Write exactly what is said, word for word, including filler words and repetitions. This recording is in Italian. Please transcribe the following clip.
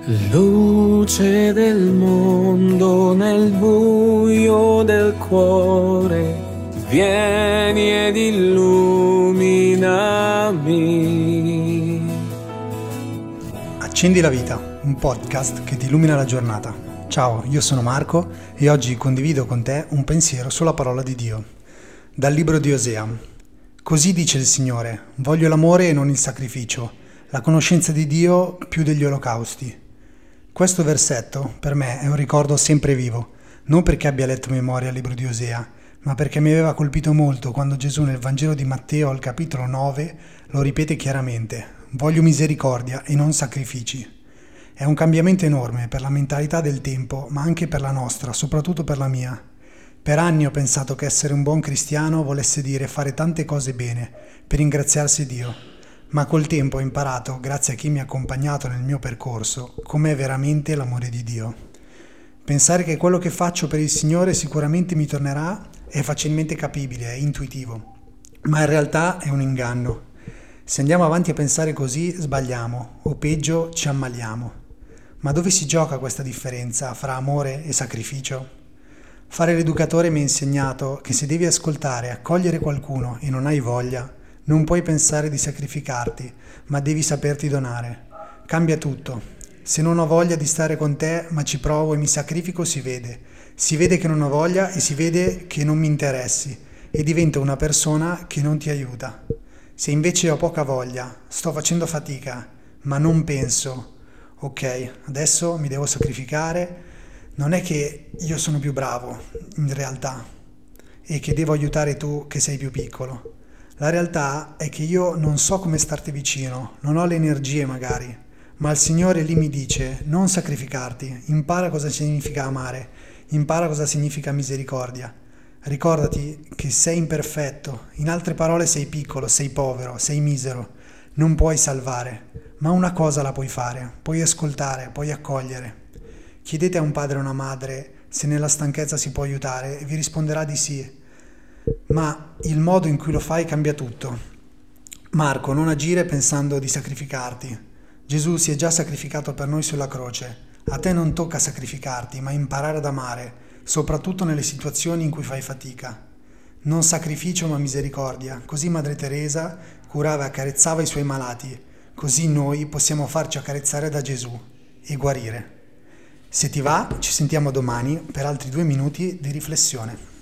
Luce del mondo nel buio del cuore, vieni ed illuminami. Accendi la vita, un podcast che ti illumina la giornata. Ciao, io sono Marco e oggi condivido con te un pensiero sulla parola di Dio. Dal libro di Osea. Così dice il Signore: voglio l'amore e non il sacrificio, la conoscenza di Dio più degli olocausti. Questo versetto per me è un ricordo sempre vivo, non perché abbia letto memoria il libro di Osea, ma perché mi aveva colpito molto quando Gesù nel Vangelo di Matteo al capitolo nove lo ripete chiaramente: voglio misericordia e non sacrifici. È un cambiamento enorme per la mentalità del tempo, ma anche per la nostra, soprattutto per la mia. Per anni ho pensato che essere un buon cristiano volesse dire fare tante cose bene, per ringraziarsi Dio. Ma col tempo ho imparato, grazie a chi mi ha accompagnato nel mio percorso, com'è veramente l'amore di Dio. Pensare che quello che faccio per il Signore sicuramente mi tornerà è facilmente capibile, è intuitivo, ma in realtà è un inganno. Se andiamo avanti a pensare così, sbagliamo, o peggio, ci ammaliamo. Ma dove si gioca questa differenza fra amore e sacrificio? Fare l'educatore mi ha insegnato che se devi ascoltare e accogliere qualcuno e non hai voglia, non puoi pensare di sacrificarti, ma devi saperti donare. Cambia tutto. Se non ho voglia di stare con te, ma ci provo e mi sacrifico, si vede. Si vede che non ho voglia e si vede che non mi interessi e divento una persona che non ti aiuta. Se invece ho poca voglia, sto facendo fatica, ma non penso, ok, adesso mi devo sacrificare, non è che io sono più bravo, in realtà, e che devo aiutare tu che sei più piccolo. La realtà è che io non so come starti vicino, non ho le energie magari, ma il Signore lì mi dice: non sacrificarti, impara cosa significa amare, impara cosa significa misericordia. Ricordati che sei imperfetto, in altre parole sei piccolo, sei povero, sei misero, non puoi salvare, ma una cosa la puoi fare, puoi ascoltare, puoi accogliere. Chiedete a un padre o una madre se nella stanchezza si può aiutare e vi risponderà di sì. Ma il modo in cui lo fai cambia tutto. Marco, non agire pensando di sacrificarti. Gesù si è già sacrificato per noi sulla croce. A te non tocca sacrificarti, ma imparare ad amare, soprattutto nelle situazioni in cui fai fatica. Non sacrificio ma misericordia. Così Madre Teresa curava e accarezzava i suoi malati. Così noi possiamo farci accarezzare da Gesù e guarire. Se ti va, ci sentiamo domani per altri due minuti di riflessione.